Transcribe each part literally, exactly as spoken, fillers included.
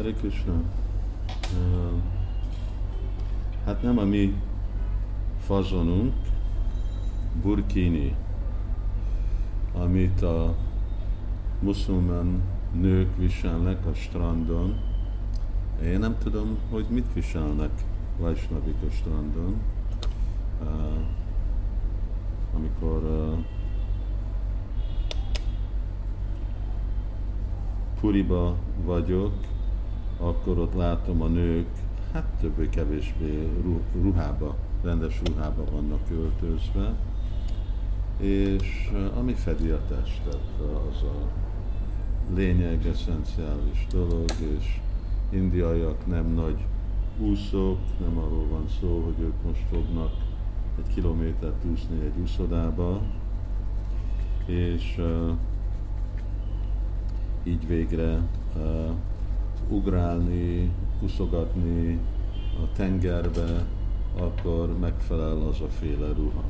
Hare Krishna. Uh, hát nem a mi fazonunk, burkini, amit a muszulmán nők viselnek a strandon. Én nem tudom, hogy mit viselnek vajsnavik a strandon. Uh, amikor uh, Puriba vagyok, akkor ott látom a nők, hát többé-kevésbé ruhába, rendes ruhába vannak öltözve, és ami fedi a testet, az a lényeg, eszenciális dolog, és indiaiak nem nagy úszók, nem arról van szó, hogy ők most fognak egy kilométert úszni egy úszodába, és uh, így végre uh, ugrálni, uszogatni a tengerbe, akkor megfelel az a féle ruha.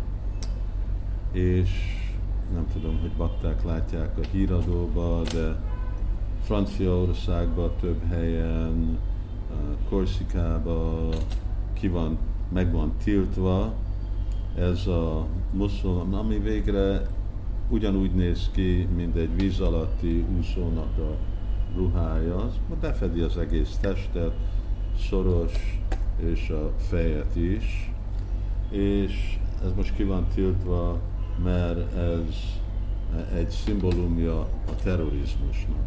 És nem tudom, hogy bakták látják a híradóba, de Franciaországban több helyen, Korszikában ki van, meg van tiltva ez a muszulmán, ami végre ugyanúgy néz ki, mint egy víz alatti úszónak a ruhája, az befedi az egész testet, szoros és a fejet is, és ez most ki van tiltva, mert ez egy szimbólumja a terrorizmusnak.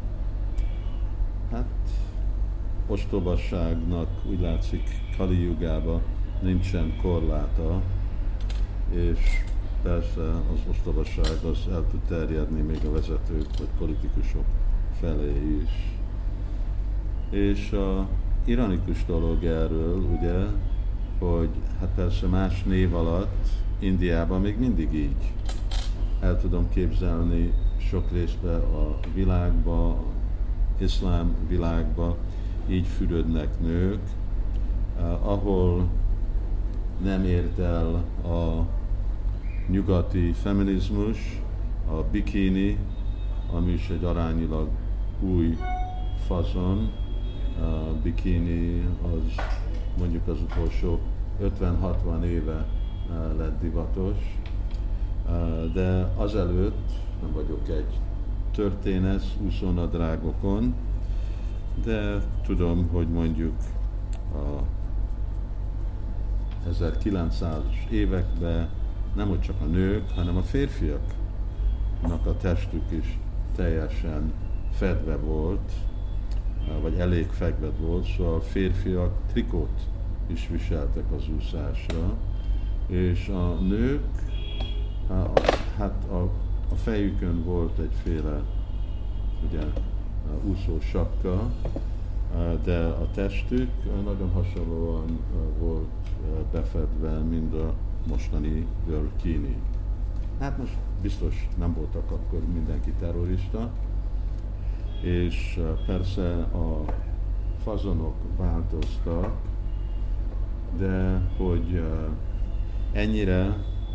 Hát ostobasságnak úgy látszik Kali Jugában nincsen korláta, és persze az ostobasság az el tud terjedni még a vezetők vagy politikusok felé is. És a ironikus dolog erről, ugye, hogy hát persze más név alatt Indiában még mindig így. El tudom képzelni sok részben a világba, iszlám világba így fürödnek nők, eh, ahol nem ért el a nyugati feminizmus, a bikini, ami is egy arányilag új fazon. A bikini az mondjuk az utolsó ötven-hatvan éve lett divatos, de azelőtt nem vagyok egy történész úszónadrágokon, de tudom, hogy mondjuk a ezerkilencszázas években nem hogy csak a nők, hanem a férfiaknak a testük is teljesen fedve volt, vagy elég fedve volt, szóval a férfiak trikót is viseltek az úszásra, és a nők, hát a, a fejükön volt egyféle ugye, úszó sapka, de a testük nagyon hasonlóan volt befedve, mint a mostani burkini. Hát most biztos nem voltak akkor mindenki terrorista, és persze a fazonok változtak, de hogy ennyire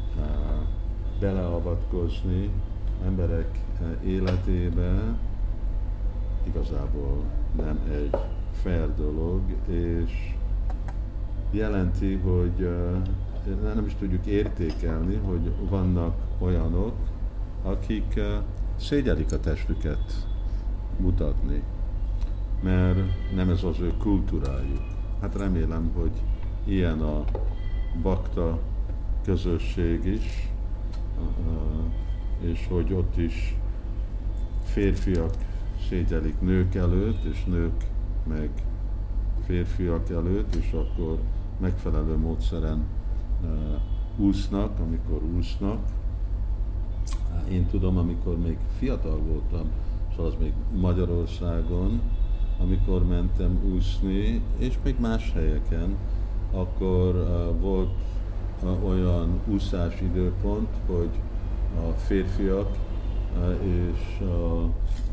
beleavatkozni emberek életébe igazából nem egy fair dolog, és jelenti, hogy nem is tudjuk értékelni, hogy vannak olyanok, akik szégyelik a testüket mutatni, mert nem ez az ő kultúrájuk. Hát remélem, hogy ilyen a bakta közösség is, és hogy ott is férfiak szégyelik nők előtt, és nők meg férfiak előtt, és akkor megfelelő módszeren úsznak, amikor úsznak. Én tudom, amikor még fiatal voltam, szóval az még Magyarországon, amikor mentem úszni, és még más helyeken, akkor uh, volt uh, olyan úszás időpont, hogy a férfiak uh, és a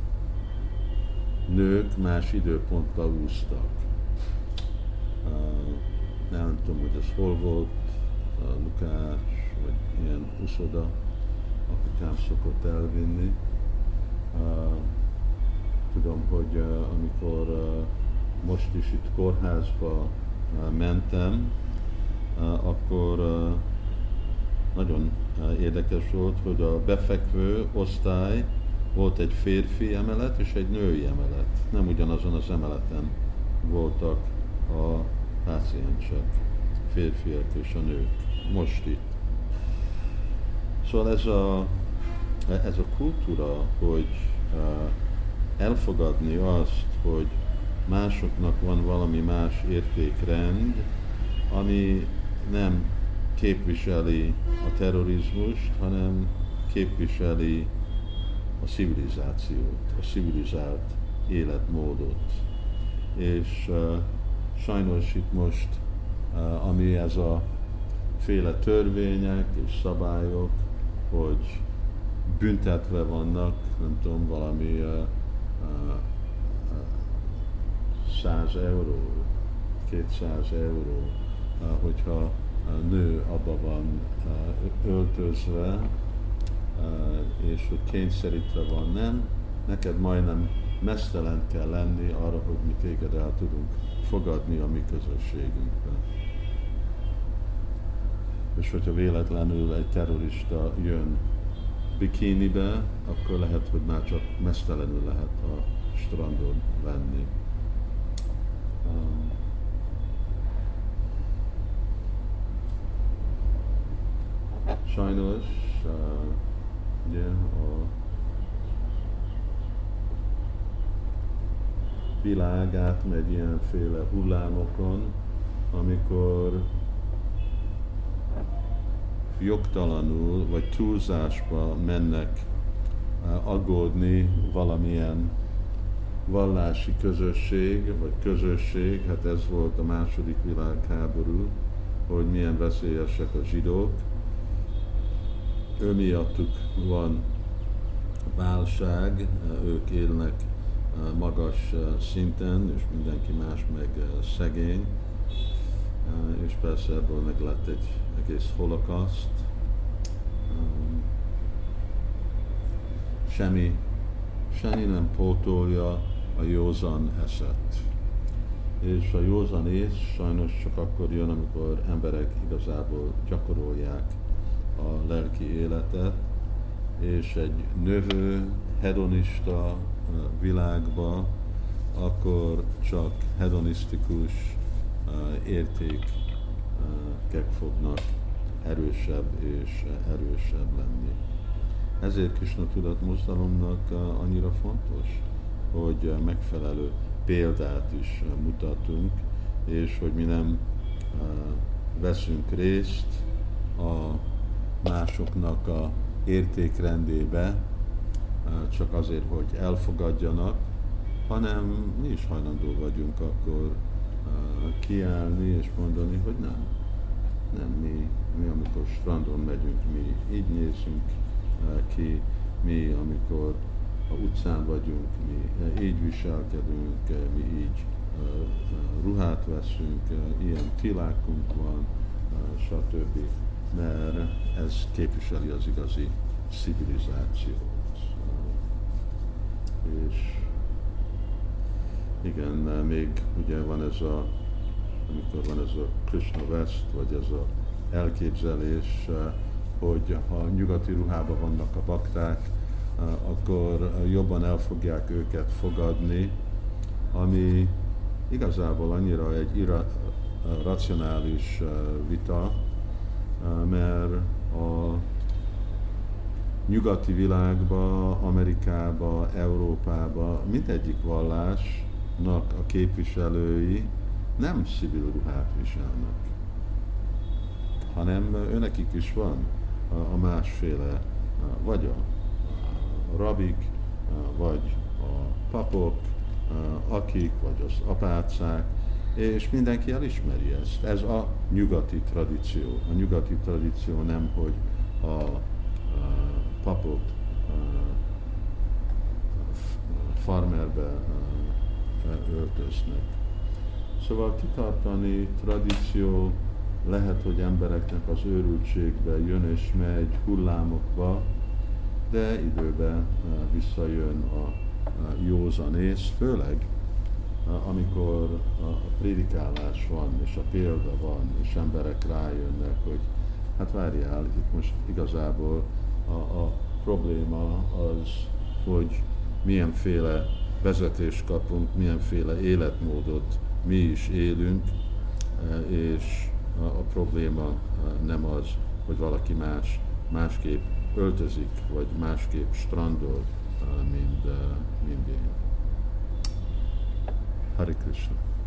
nők más időponttal úsztak. Uh, nem tudom, hogy ez hol volt, uh, Lukács, vagy ilyen úszoda, apukám szokott elvinni. Uh, tudom, hogy uh, amikor uh, most is itt kórházba uh, mentem, uh, akkor uh, nagyon uh, érdekes volt, hogy a befekvő osztály volt egy férfi emelet és egy női emelet. Nem ugyanazon az emeleten voltak a páciensek, férfiak és a nők. Most itt. Szóval ez a, ez a kultúra, hogy uh, elfogadni azt, hogy másoknak van valami más értékrend, ami nem képviseli a terrorizmust, hanem képviseli a civilizációt, a civilizált életmódot. És uh, sajnos itt most, uh, ami ez a féle törvények és szabályok, hogy büntetve vannak, nem tudom, valami uh, uh, száz euró, kétszáz euró, uh, hogyha a nő abba van uh, öltözve, uh, és hogy kényszerítve van, nem, neked majdnem meztelen kell lenni arra, hogy mi téged el tudunk fogadni a mi közösségünkben. És hogyha véletlenül egy terrorista jön bikinibe, akkor lehet, hogy már csak meztelenül lehet a strandon lenni. Um, sajnos, uh, ugye, a világ átmegy ilyenféle hullámokon, amikor jogtalanul vagy túlzásba mennek aggódni valamilyen vallási közösség, vagy közösség, hát ez volt a második világháború, hogy milyen veszélyesek a zsidók. Ő miattuk van válság, ők élnek magas szinten, és mindenki más meg szegény, és persze ebből meg lett egy egész holokauszt. Semmi, semmi nem pótolja a józan eszet. És a józan ész sajnos csak akkor jön, amikor emberek igazából gyakorolják a lelki életet, és egy növő, hedonista világba, akkor csak hedonisztikus értékek fognak erősebb és erősebb lenni. Ezért Krisna tudat mozdalomnak annyira fontos, hogy megfelelő példát is mutatunk, és hogy mi nem veszünk részt a másoknak a értékrendébe, csak azért, hogy elfogadjanak, hanem mi is hajlandó vagyunk akkor kiállni és mondani, hogy nem. Nem mi, mi amikor strandon megyünk, mi így nézünk ki, mi amikor a utcán vagyunk, mi így viselkedünk, mi így ruhát veszünk, ilyen tilákunk van, stb. Mert ez képviseli az igazi civilizációt. És igen, még ugye van ez a, amikor van ez a Krishna West, vagy ez a elképzelés, hogy ha nyugati ruhában vannak a bakták, akkor jobban el fogják őket fogadni, ami igazából annyira egy irracionális vita, mert a nyugati világba, Amerikába, Európába mindegyik vallásnak a képviselői nem civil ruhát viselnek, hanem őnekik is van a másféle, vagy a rabik, vagy a papok, akik, vagy az apácák, és mindenki elismeri ezt. Ez a nyugati tradíció. A nyugati tradíció nem, hogy a papok farmerbe öltöznek. Szóval kitartani tradíció lehet, hogy embereknek az őrültségbe jön és megy hullámokba, de időben visszajön a józanész, főleg amikor a prédikálás van, és a példa van, és emberek rájönnek, hogy hát várjál, itt most igazából a, a probléma az, hogy milyenféle vezetést kapunk, milyenféle életmódot mi is élünk, és a, a probléma nem az, hogy valaki más másképp öltözik, vagy másképp strandol, mint, mint én. Hare Krishna.